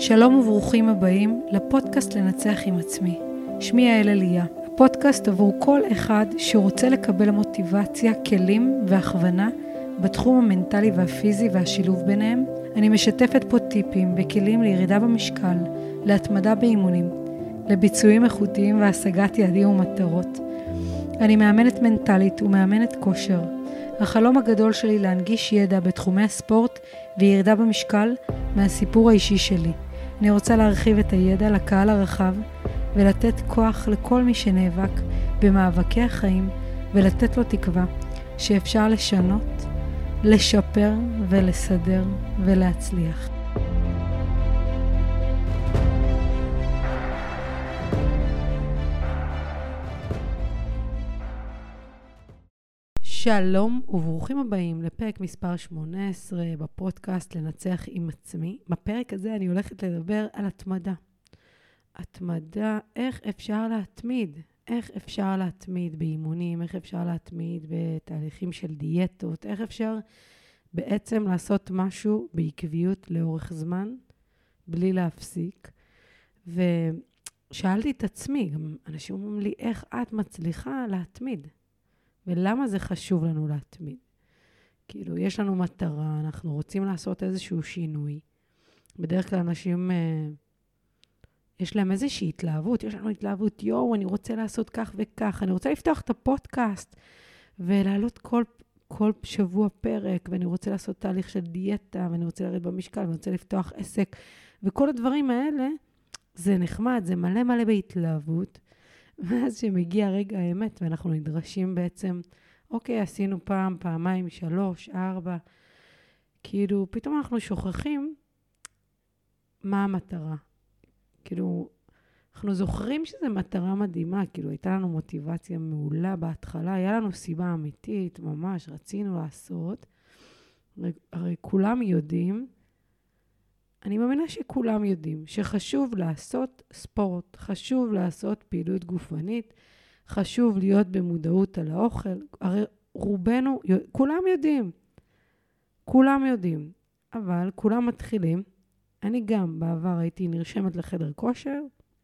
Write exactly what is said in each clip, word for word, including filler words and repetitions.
שלום וברוכים הבאים לפודקאסט לנצח עם עצמי. שמי יעל אליה, הפודקאסט עבור כל אחד שרוצה לקבל מוטיבציה, כלים והכוונה בתחום המנטלי והפיזי והשילוב ביניהם. אני משתפת פה טיפים וכלים לירידה במשקל, להתמדה באימונים, לביצועים איכותיים והשגת יעדים ומטרות. אני מאמנת מנטלית ומאמנת כושר. החלום הגדול שלי להנגיש ידע בתחומי הספורט וירידה במשקל מהסיפור האישי שלי. אני רוצה להרחיב את הידע לקהל הרחב ולתת כוח לכל מי שנאבק במאבקי החיים ולתת לו תקווה שאפשר לשנות, לשפר ולסדר ולהצליח. שלום וברוכים הבאים לפרק מספר שמונה עשרה בפודקאסט לנצח עם עצמי. בפרק הזה אני הולכת לדבר על התמדה. התמדה, איך אפשר להתמיד? איך אפשר להתמיד באימונים? איך אפשר להתמיד בתהליכים של דיאטות? איך אפשר בעצם לעשות משהו בעקביות לאורך זמן, בלי להפסיק? ושאלתי את עצמי, גם אנשים אומרים לי, איך את מצליחה להתמיד? ולמה זה חשוב לנו להתמיד? כאילו, יש לנו מטרה, אנחנו רוצים לעשות איזשהו שינוי. בדרך כלל אנשים, אה, יש להם איזושהי התלהבות, יש לנו התלהבות, יואו, אני רוצה לעשות כך וכך, אני רוצה לפתוח את הפודקאסט, ולעלות כל, כל שבוע פרק, ואני רוצה לעשות תהליך של דיאטה, ואני רוצה לרדת במשקל, ואני רוצה לפתוח עסק, וכל הדברים האלה, זה נחמד, זה מלא מלא בהתלהבות, ואז שמגיע רגע האמת, ואנחנו נדרשים בעצם, אוקיי, עשינו פעם, פעמיים, שלוש, ארבע, כאילו, פתאום אנחנו שוכחים מה המטרה. כאילו, אנחנו זוכרים שזו מטרה מדהימה, כאילו, הייתה לנו מוטיבציה מעולה בהתחלה, היה לנו סיבה אמיתית, ממש, רצינו לעשות. הרי כולם יודעים, אני מאמינה שכולם יודעים שחשוב לעשות ספורט, חשוב לעשות פעילות גופנית, חשוב להיות במודעות על האוכל. הרי רובנו, כולם יודעים, כולם יודעים, אבל כולם מתחילים. אני גם בעבר הייתי נרשמת לחדר כושר,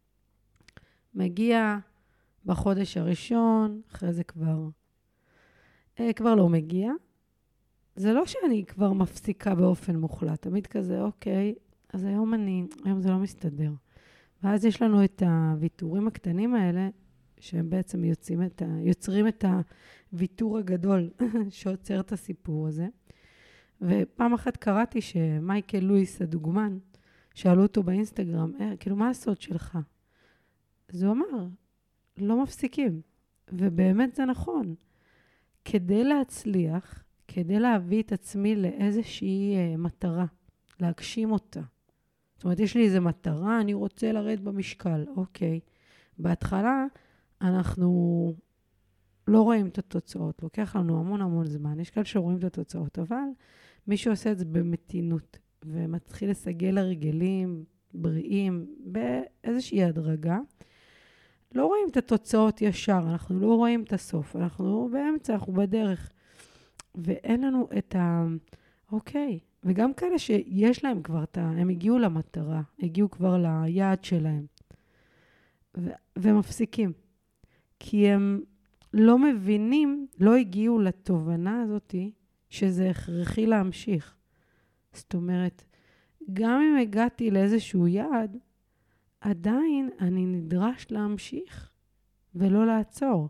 מגיע בחודש הראשון, אחרי זה כבר, אה, כבר לא מגיע. זה לא שאני כבר מפסיקה באופן מוחלט, תמיד כזה, אוקיי, אז היום אני, היום זה לא מסתדר. ואז יש לנו את הוויתורים הקטנים האלה, שהם בעצם יוצאים את ה, יוצרים את הוויתור הגדול שעוצר את הסיפור הזה. ופעם אחת קראתי שמייקל לואיס, הדוגמן, שאלו אותו באינסטגרם, אה, כאילו, מה הסוד שלך? אז הוא אמר, לא מפסיקים. ובאמת זה נכון. כדי להצליח, כדי להביא את עצמי לאיזושהי uh, מטרה, להגשים אותה. זאת אומרת, יש לי איזו מטרה, אני רוצה לרדת במשקל, אוקיי. בהתחלה אנחנו לא רואים את התוצאות, לוקח לנו המון המון זמן, יש כאלה שרואים את התוצאות, אבל מי שעושה את זה במתינות, ומתחיל לסגל הרגלים בריאים, באיזושהי הדרגה, לא רואים את התוצאות ישר, אנחנו לא רואים את הסוף, אנחנו באמצע, אנחנו בדרך. ואין לנו את ה... אוקיי. וגם כאלה שיש להם כבר את ה... הם הגיעו למטרה, הגיעו כבר ליעד שלהם. ו... ומפסיקים. כי הם לא מבינים, לא הגיעו לתובנה הזאת שזה הכרחי להמשיך. זאת אומרת, גם אם הגעתי לאיזשהו יעד, עדיין אני נדרש להמשיך ולא לעצור.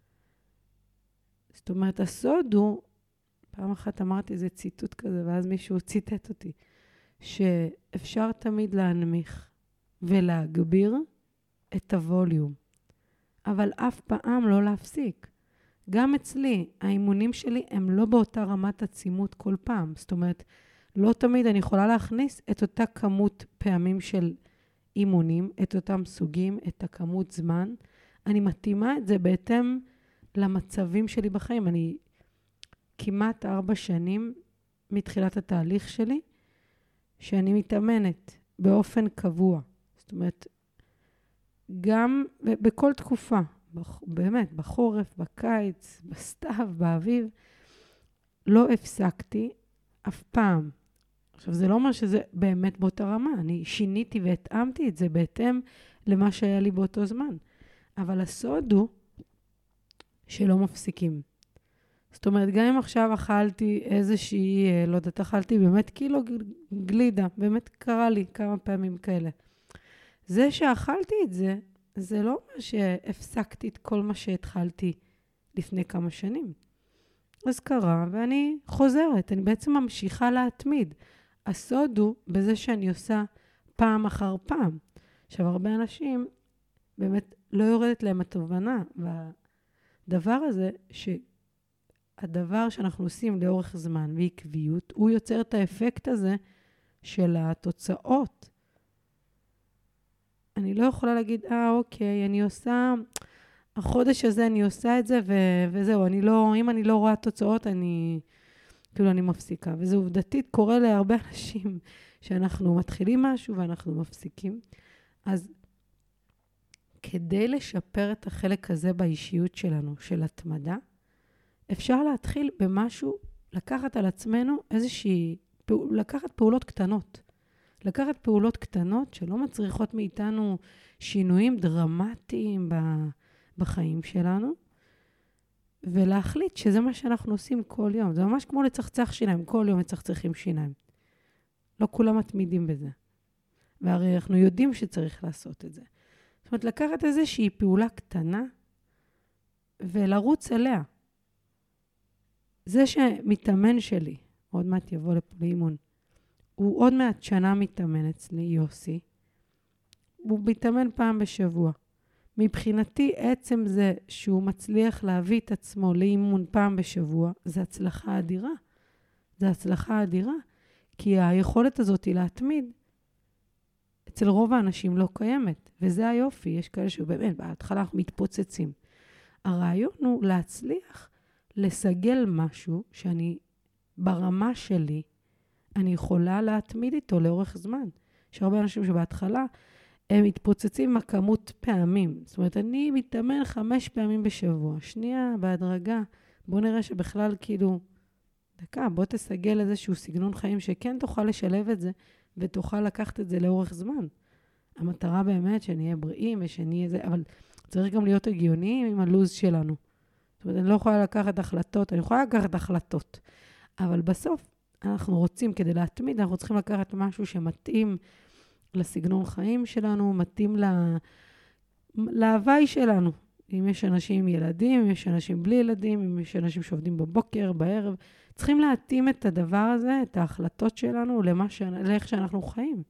זאת אומרת, הסוד הוא, פעם אחת אמרתי איזה ציטוט כזה, ואז מישהו ציטט אותי, שאפשר תמיד להנמיך ולהגביר את הווליום, אבל אף פעם לא להפסיק. גם אצלי, האימונים שלי הם לא באותה רמת עצימות כל פעם. זאת אומרת, לא תמיד אני יכולה להכניס את אותה כמות פעמים של אימונים, את אותם סוגים, את הכמות זמן. אני מתאימה את זה בהתאם למצבים שלי בחיים. אני כמעט ארבע שנים מתחילת התהליך שלי, שאני מתאמנת באופן קבוע. זאת אומרת, גם בכל תקופה, באמת, בחורף, בקיץ, בסתיו, באביב, לא הפסקתי אף פעם. עכשיו, זה לא אומר שזה באמת באותה רמה. אני שיניתי והתאמתי את זה בהתאם למה שהיה לי באותו זמן. אבל הסוד הוא שלא מפסיקים. זאת אומרת, גם אם עכשיו אכלתי איזושהי, לא יודעת, אכלתי באמת קילו גלידה, באמת קרה לי כמה פעמים כאלה. זה שאכלתי את זה, זה לא אומר שהפסקתי את כל מה שהתחלתי לפני כמה שנים. אז קרה, ואני חוזרת, אני בעצם ממשיכה להתמיד. הסוד הוא בזה שאני עושה פעם אחר פעם. עכשיו, הרבה אנשים באמת לא יורדת להם התובנה, והדבר הזה, שהדבר שאנחנו עושים לאורך זמן ועקביות, הוא יוצר את האפקט הזה של התוצאות. אני לא יכולה להגיד, אה, אוקיי, אני עושה, החודש הזה אני עושה את זה, ו- וזהו, אני לא, אם אני לא רואה תוצאות, אני, כאילו, אני מפסיקה. וזה עובדתית קורה להרבה אנשים, שאנחנו מתחילים משהו ואנחנו מפסיקים. אז כדי לשפר את החלק הזה באישיות שלנו, של התמדה, אפשר להתחיל במשהו, לקחת על עצמנו איזושהי, לקחת פעולות קטנות. לקחת פעולות קטנות שלא מצריכות מאיתנו שינויים דרמטיים בחיים שלנו, ולהחליט שזה מה שאנחנו עושים כל יום. זה ממש כמו לצחצח שיניים, כל יום מצחצחים שיניים. לא כולם מתמידים בזה. והרי אנחנו יודעים שצריך לעשות את זה. זאת אומרת, לקחת איזושהי פעולה קטנה, ולרוץ עליה. זה שמתאמן שלי, עוד מעט יבוא לפה לאימון, הוא עוד מעט שנה מתאמן אצלי, יוסי. הוא מתאמן פעם בשבוע. מבחינתי, עצם זה שהוא מצליח להביא את עצמו לאימון פעם בשבוע, זה הצלחה אדירה. זה הצלחה אדירה. כי היכולת הזאת היא להתמיד, אצל רוב האנשים לא קיימת. וזה היופי. יש כאלה שבאמת, בהתחלה אנחנו מתפוצצים. הרעיון הוא להצליח לסגל משהו שאני, ברמה שלי, אני יכולה להתמיד איתו לאורך זמן. יש הרבה אנשים שבהתחלה הם מתפוצצים מהכמות פעמים. זאת אומרת, אני מתאמן חמש פעמים בשבוע. שנייה, בהדרגה, בוא נראה שבכלל כאילו, דקה, בוא תסגל איזשהו סגנון חיים שכן תוכל לשלב את זה, ותוכל לקחת את זה לאורך זמן. המטרה באמת שנהיה בריאים ושנהיה זה, אבל צריך גם להיות הגיוניים עם הלוז שלנו. זאת אומרת, אני לא יכולה לקחת החלטות, אני יכולה לקחת החלטות, אבל בסוף, אנחנו רוצים, כדי להתמיד, אנחנו צריכים לקחת משהו שמתאים לסגנון חיים שלנו, מתאים לה, להווי שלנו. אם יש אנשים עם ילדים, אם יש אנשים בלי ילדים, אם יש אנשים שעובדים בבוקר, בערב, צריכים להתאים את הדבר הזה, את ההחלטות שלנו, למה ש... לאיך שאנחנו חיים.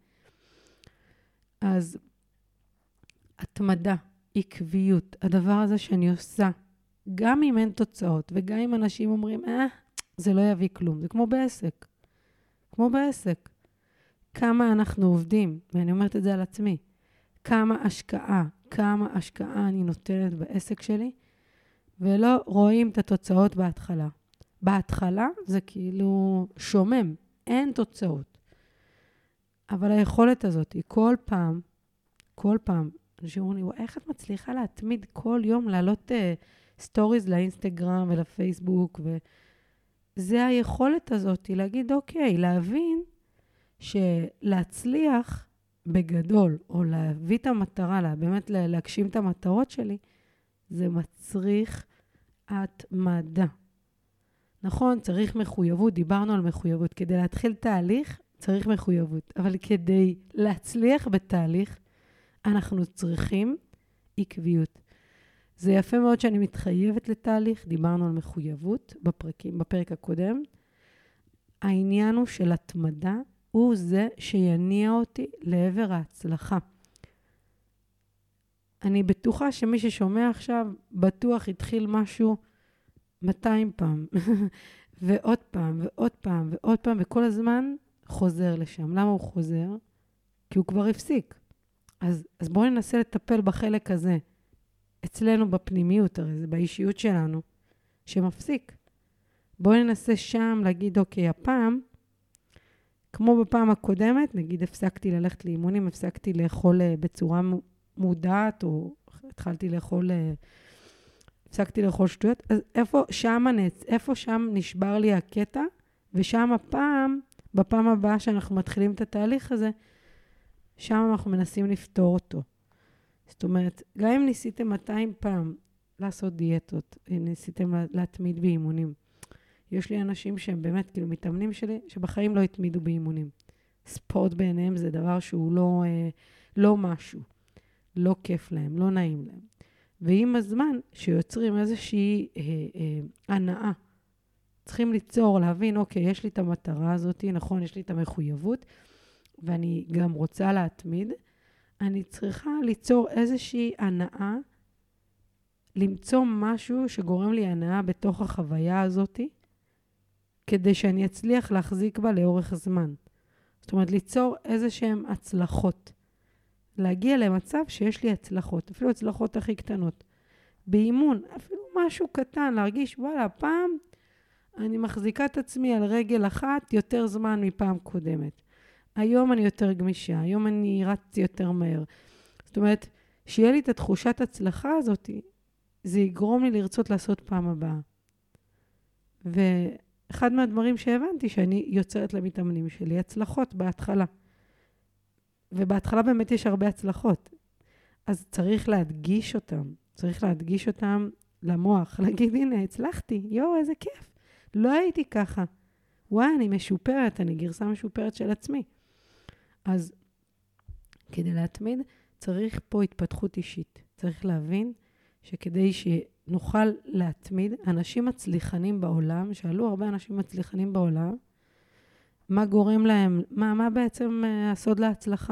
אז התמדה, עקביות, הדבר הזה שאני עושה, גם אם אין תוצאות, וגם אם אנשים אומרים, אה, זה לא יביא כלום. זה כמו בעסק. כמו בעסק. כמה אנחנו עובדים, ואני אומרת את זה על עצמי, כמה השקעה, כמה השקעה אני נותנת בעסק שלי, ולא רואים את התוצאות בהתחלה. בהתחלה זה כאילו שומם, אין תוצאות. אבל היכולת הזאת היא כל פעם, כל פעם, אנשים אומרים לי, איך את מצליחה להתמיד כל יום, לעלות uh, סטוריז לאינסטגרם ולפייסבוק, וזה היכולת הזאת, היא להגיד, אוקיי, להבין שלהצליח בגדול, או להביא את המטרה, לה, באמת להגשים את המטרות שלי, זה מצריך התמדה. נכון, צריך מחויבות, דיברנו על מחויבות. כדי להתחיל תהליך, צריך מחויבות. אבל כדי להצליח בתהליך, אנחנו צריכים עקביות. זה יפה מאוד שאני מתחייבת לתהליך, דיברנו על מחויבות בפרקים, בפרק הקודם. העניין הוא של התמדה, הוא זה שיניע אותי לעבר ההצלחה. אני בטוחה שמי ששומע עכשיו, בטוח התחיל משהו מאתיים פעם, ועוד פעם, ועוד פעם, ועוד פעם, וכל הזמן חוזר לשם. למה הוא חוזר? כי הוא כבר הפסיק. אז, אז בואו ננסה לטפל בחלק הזה, אצלנו בפנימיות, הרי זה באישיות שלנו, שמפסיק. בואו ננסה שם להגיד, אוקיי, הפעם, כמו בפעם הקודמת, נגיד הפסקתי ללכת לאימונים, הפסקתי לאכול בצורה מודעת, או התחלתי לאכול, הפסקתי לאכול שטויות, אז איפה שם, נצ... איפה שם נשבר לי הקטע, ושם הפעם בפעם הבאה שאנחנו מתחילים את התהליך הזה, שם אנחנו מנסים לפתור אותו. זאת אומרת, גם אם ניסיתם מאתיים פעם לעשות דיאטות, ניסיתם להתמיד באימונים, יש לי אנשים שהם באמת כאילו מתאמנים שלי, שבחיים לא התמידו באימונים. ספורט בעיניהם זה דבר שהוא לא, אה, לא משהו, לא כיף להם, לא נעים להם. ועם הזמן שיוצרים איזושהי אה, אה, הנאה, צריכים ליצור, להבין, אוקיי, יש לי את המטרה הזאת, נכון, יש לי את המחויבות, ואני גם רוצה להתמיד, אני צריכה ליצור איזושהי הנאה, למצוא משהו שגורם לי הנאה בתוך החוויה הזאת, כדי שאני אצליח להחזיק בה לאורך זמן. זאת אומרת, ליצור איזשהם הצלחות. להגיע למצב שיש לי הצלחות, אפילו הצלחות הכי קטנות. באימון, אפילו משהו קטן, להרגיש, וואלה, פעם אני מחזיקה את עצמי על רגל אחת יותר זמן מפעם קודמת. היום אני יותר גמישה, היום אני רצתי יותר מהר. זאת אומרת, שיהיה לי את התחושת הצלחה הזאת, זה יגרום לי לרצות לעשות פעם הבאה. ואחד מהדברים שהבנתי, שאני יוצרת למתאמנים שלי, הצלחות בהתחלה. ובהתחלה באמת יש הרבה הצלחות. אז צריך להדגיש אותם. צריך להדגיש אותם למוח. להגיד, הנה, הצלחתי. יו, איזה כיף. לא הייתי ככה. וואי, אני משופרת. אני גרסה משופרת של עצמי. אז כדי להתמיד, צריך פה התפתחות אישית. צריך להבין שכדי שנוכל להתמיד, אנשים מצליחנים בעולם, שאלו הרבה אנשים מצליחנים בעולם, מה גורם להם, מה, מה בעצם הסוד להצלחה?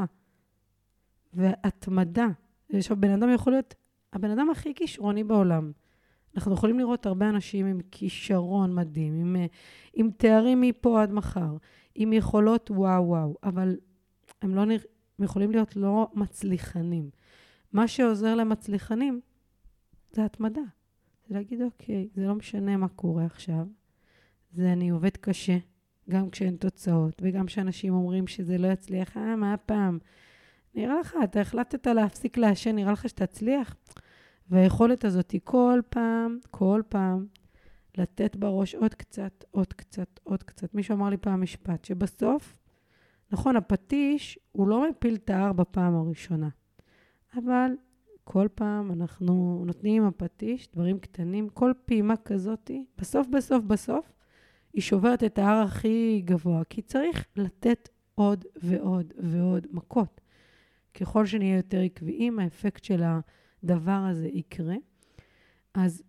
והתמדה. עכשיו, בן אדם יכול להיות הבן אדם הכי כישרוני בעולם. אנחנו יכולים לראות הרבה אנשים עם כישרון מדהים, עם, עם תארים מפה עד מחר, עם יכולות וואו וואו, אבל הם, לא, הם יכולים להיות לא מצליחנים. מה שעוזר למצליחנים זה התמדה. זה להגיד, אוקיי, זה לא משנה מה קורה עכשיו. זה אני עובד קשה, גם כשאין תוצאות, וגם שאנשים אומרים שזה לא יצליח, אה, מה הפעם? נראה לך, אתה החלטת להפסיק לעשן, נראה לך שתצליח? והיכולת הזאת היא כל פעם, כל פעם, לתת בראש עוד קצת, עוד קצת, עוד קצת. מישהו אמר לי פעם משפט, שבסוף, נכון, הפטיש הוא לא מפיל את ההר בפעם הראשונה, אבל כל פעם אנחנו נותנים עם הפטיש, דברים קטנים, כל פעימה כזאת, בסוף, בסוף, בסוף, היא שוברת את ההר הכי גבוה, כי צריך לתת עוד ועוד ועוד מכות. ככל שנהיה יותר עקביים, האפקט של הדבר הזה יקרה. אז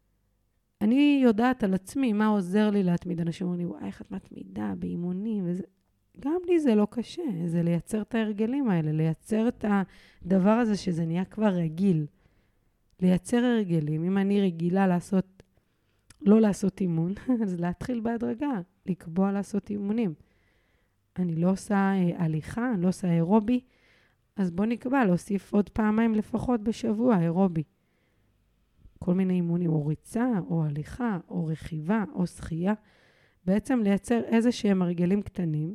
אני יודעת על עצמי מה עוזר לי להתמיד. אנשים אומרים לי, וואי, איך את מתמידה באימונים, וזה... גם לי זה לא קשה, זה לייצר את ההרגלים האלה, לייצר את הדבר הזה שזה נהיה כבר רגיל. לייצר הרגלים, אם אני רגילה לעשות, לא לעשות אימון, אז להתחיל בהדרגה, לקבוע לעשות אימונים. אני לא עושה אה, הליכה, אני לא עושה אירובי, אז בוא נקבע להוסיף עוד פעמיים לפחות בשבוע, אירובי. כל מיני אימונים, או ריצה, או הליכה, או רכיבה, או שחייה. בעצם לייצר איזה שהם הרגלים קטנים,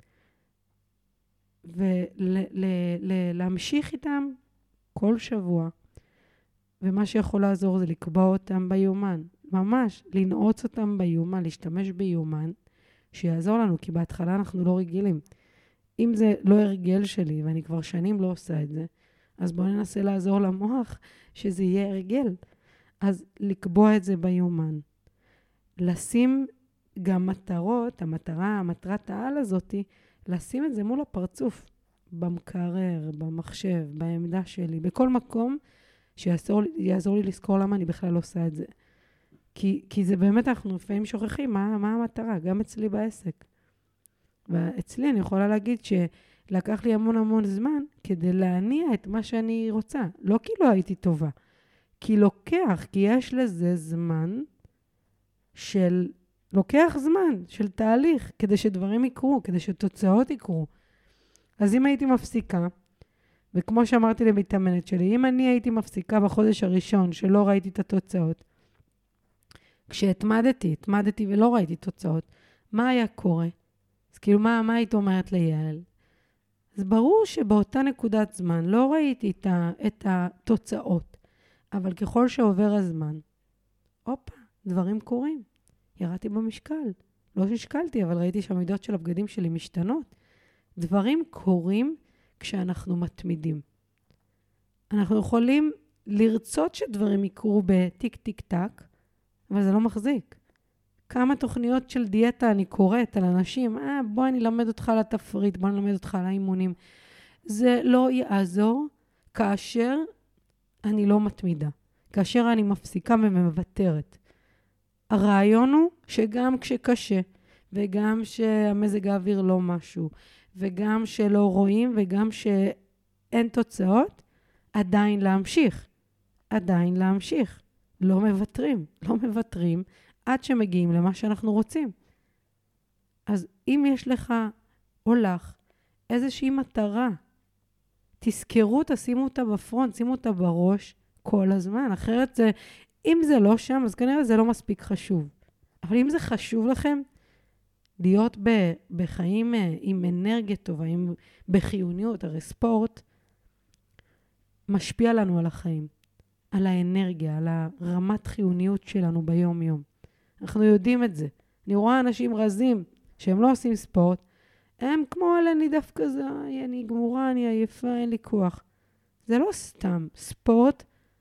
ולהמשיך איתם כל שבוע. ומה שיכול לעזור זה לקבוע אותם ביומן. ממש, לנעוץ אותם ביומן, להשתמש ביומן, שיעזור לנו, כי בהתחלה אנחנו לא רגילים. אם זה לא הרגל שלי, ואני כבר שנים לא עושה את זה, אז בואו ננסה לעזור למוח שזה יהיה הרגל. אז לקבוע את זה ביומן. לשים גם מטרות, המטרה, המטרת העל הזאת, לשים את זה מול הפרצוף, במקרר, במחשב, בעמדה שלי, בכל מקום שיעזור יעזור לי לזכור למה אני בכלל לא עושה את זה. כי, כי זה באמת אנחנו לפעמים שוכחים מה, מה המטרה, גם אצלי בעסק. ואצלי אני יכולה להגיד שלקח לי המון המון זמן כדי להניע את מה שאני רוצה. לא כי לא הייתי טובה, כי לוקח, כי יש לזה זמן של, לוקח זמן של תהליך כדי שדברים יקרו, כדי שתוצאות יקרו. אז אם הייתי מפסיקה, וכמו שאמרתי למתאמנת שלי, אם אני הייתי מפסיקה בחודש הראשון שלא ראיתי את התוצאות, כשהתמדתי, התמדתי ולא ראיתי תוצאות, מה היה קורה? אז כאילו, מה, מה היית אומרת ליעל? אז ברור שבאותה נקודת זמן לא ראיתי את, ה, את התוצאות, אבל ככל שעובר הזמן, אופה, דברים קורים. ירדתי במשקל, לא ששקלתי, אבל ראיתי שהמידות של הבגדים שלי משתנות. דברים קורים כשאנחנו מתמידים. אנחנו יכולים לרצות שדברים יקרו בטיק טיק טק, אבל זה לא מחזיק. כמה תוכניות של דיאטה אני קוראת על אנשים, אה, בוא אני אלמד אותך על התפריט, בוא אני אלמד אותך על האימונים. זה לא יעזור כאשר אני לא מתמידה, כאשר אני מפסיקה ומוותרת. הרעיון הוא שגם כשקשה, וגם שהמזג האוויר לא משהו, וגם שלא רואים, וגם שאין תוצאות, עדיין להמשיך. עדיין להמשיך. לא מוותרים. לא מוותרים עד שמגיעים למה שאנחנו רוצים. אז אם יש לך או לך איזושהי מטרה, תזכרו, תשימו אותה בפרונט, שימו אותה בראש כל הזמן. אחרת זה, אם זה לא שם, אז כנראה זה לא מספיק חשוב. אבל אם זה חשוב לכם, להיות ב, בחיים עם אנרגיה טובה, עם, בחיוניות, הרי ספורט, משפיע לנו על החיים, על האנרגיה, על הרמת חיוניות שלנו ביום יום. אנחנו יודעים את זה. אני רואה אנשים רזים שהם לא עושים ספורט, הם כמו על אני דווקא כזה, אני גמורה, אני עייפה, אין לי כוח. זה לא סתם. ספורט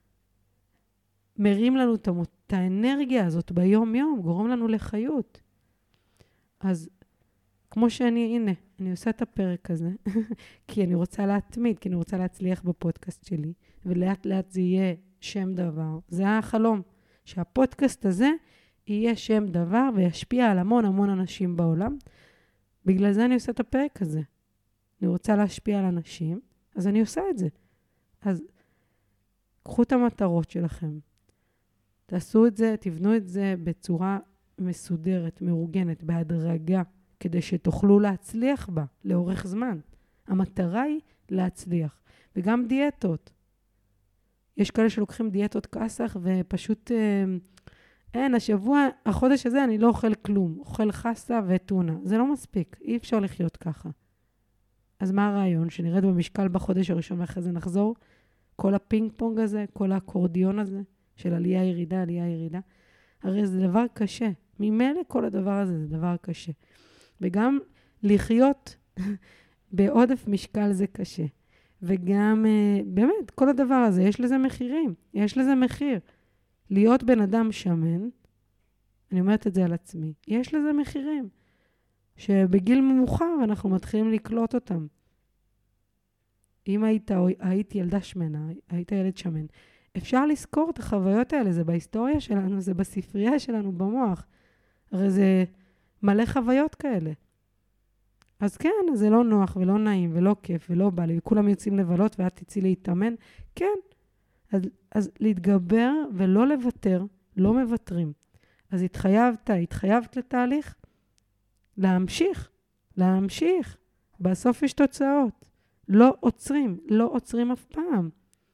מרים לנו את האנרגיה הזאת ביום יום, גורם לנו לחיות. אז כמו שאני, הנה, אני עושה את הפרק הזה, כי אני רוצה להתמיד, כי אני רוצה להצליח בפודקאסט שלי, ולאט לאט זה יהיה שם דבר. זה החלום, שהפודקאסט הזה יהיה שם דבר, וישפיע על המון המון אנשים בעולם. בגלל זה אני עושה את הפרק הזה. אני רוצה להשפיע על אנשים, אז אני עושה את זה. אז קחו את המטרות שלכם. תעשו את זה, תבנו את זה בצורה מסודרת, מאורגנת, בהדרגה, כדי שתוכלו להצליח בה לאורך זמן. המטרה היא להצליח. וגם דיאטות. יש כאלה שלוקחים דיאטות כסח ופשוט, אה, אין, השבוע, החודש הזה אני לא אוכל כלום. אוכל חסה וטונה. זה לא מספיק. אי אפשר לחיות ככה. אז מה הרעיון? שנרד במשקל בחודש הראשון ואחרי זה נחזור? כל הפינג פונג הזה, כל האקורדיון הזה, של עלייה ירידה, עלייה ירידה. הרי זה דבר קשה. ממילא כל הדבר הזה זה דבר קשה. וגם לחיות בעודף משקל זה קשה. וגם, באמת, כל הדבר הזה, יש לזה מחירים. יש לזה מחיר. להיות בן אדם שמן, אני אומרת את זה על עצמי, יש לזה מחירים. שבגיל מאוחר אנחנו מתחילים לקלוט אותם. אם היית, היית ילדה שמנה, היית ילד שמן, אפשר לזכור את החוויות האלה, זה בהיסטוריה שלנו, זה בספרייה שלנו, במוח. הרי זה מלא חוויות כאלה. אז כן, זה לא נוח ולא נעים ולא כיף ולא בא לי, וכולם יוצאים לבלות ואת תצאי להתאמן. כן, אז, אז להתגבר ולא לוותר, לא מוותרים. אז התחייבת, התחייבת לתהליך, להמשיך, להמשיך. בסוף יש תוצאות. לא עוצרים, לא עוצרים אף פעם.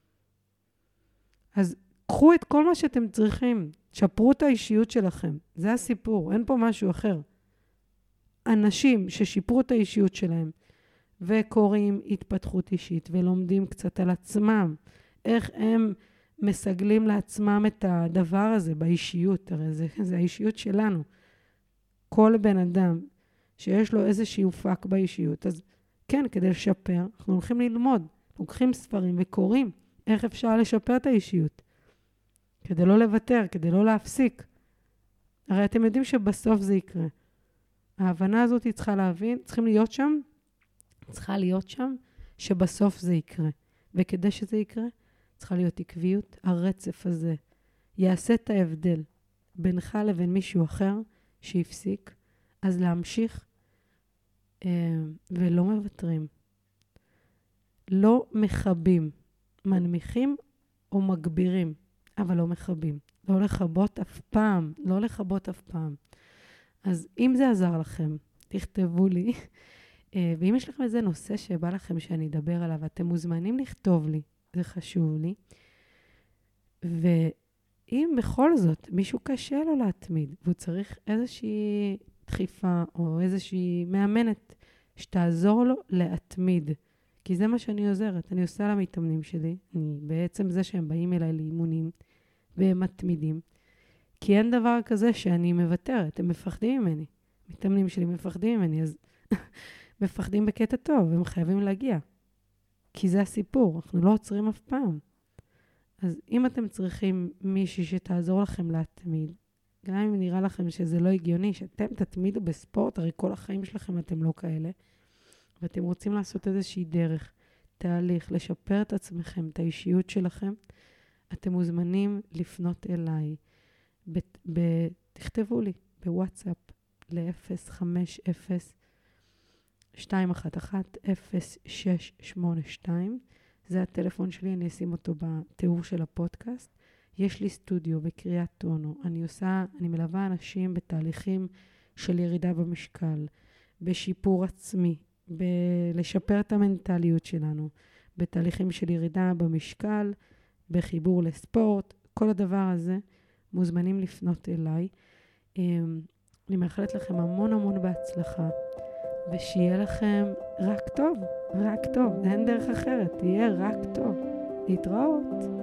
אז קחו את כל מה שאתם צריכים, שפרו את האישיות שלכם. זה הסיפור, אין פה משהו אחר. אנשים ששיפרו את האישיות שלהם, וקוראים התפתחות אישית, ולומדים קצת על עצמם, איך הם מסגלים לעצמם את הדבר הזה באישיות, הרי זה, זה האישיות שלנו. כל בן אדם שיש לו איזשהו פאק באישיות, אז כן, כדי לשפר, אנחנו הולכים ללמוד, לוקחים ספרים וקוראים איך אפשר לשפר את האישיות, כדי לא לוותר, כדי לא להפסיק. הרי אתם יודעים שבסוף זה יקרה. ההבנה הזאת היא צריכה להבין, צריכים להיות שם, צריכה להיות שם, שבסוף זה יקרה. וכדי שזה יקרה, צריכה להיות עקביות. הרצף הזה יעשה את ההבדל בינך לבין מישהו אחר שיפסיק, אז להמשיך אה, ולא מוותרים. לא מחבים, מנמיכים או מגבירים, אבל לא מחבים. לא לחבות אף פעם, לא לחבות אף פעם. אז אם זה עזר לכם, תכתבו לי. ואם יש לכם איזה נושא שבא לכם שאני אדבר עליו, אתם מוזמנים לכתוב לי, זה חשוב לי. ואם בכל זאת מישהו קשה לו להתמיד, והוא צריך איזושהי דחיפה או איזושהי מאמנת שתעזור לו להתמיד, כי זה מה שאני עוזרת. אני עושה למתאמנים שלי, אני בעצם זה שהם באים אליי לאימונים והם מתמידים, כי אין דבר כזה שאני מוותרת, הם מפחדים ממני. המתאמנים שלי מפחדים ממני, אז מפחדים בקטע טוב, הם חייבים להגיע. כי זה הסיפור, אנחנו לא עוצרים אף פעם. אז אם אתם צריכים מישהי שתעזור לכם להתמיד, גם אם נראה לכם שזה לא הגיוני, שאתם תתמידו בספורט, הרי כל החיים שלכם אתם לא כאלה, ואתם רוצים לעשות איזושהי דרך, תהליך, לשפר את עצמכם, את האישיות שלכם, אתם מוזמנים לפנות אליי. ב- ב- תכתבו לי בוואטסאפ ל-אפס חמש אפס שתיים אחת אחת אפס שש שמונה שתיים. זה הטלפון שלי, אני אשים אותו בתיאור של הפודקאסט. יש לי סטודיו בקריית אונו. אני עושה, אני מלווה אנשים בתהליכים של ירידה במשקל, בשיפור עצמי, בלשפר את המנטליות שלנו, בתהליכים של ירידה במשקל, בחיבור לספורט, כל הדבר הזה מוזמנים לפנות אליי. אני מאחלת לכם המון המון בהצלחה, ושיהיה לכם רק טוב, רק טוב, אין דרך אחרת, תהיה רק טוב. להתראות.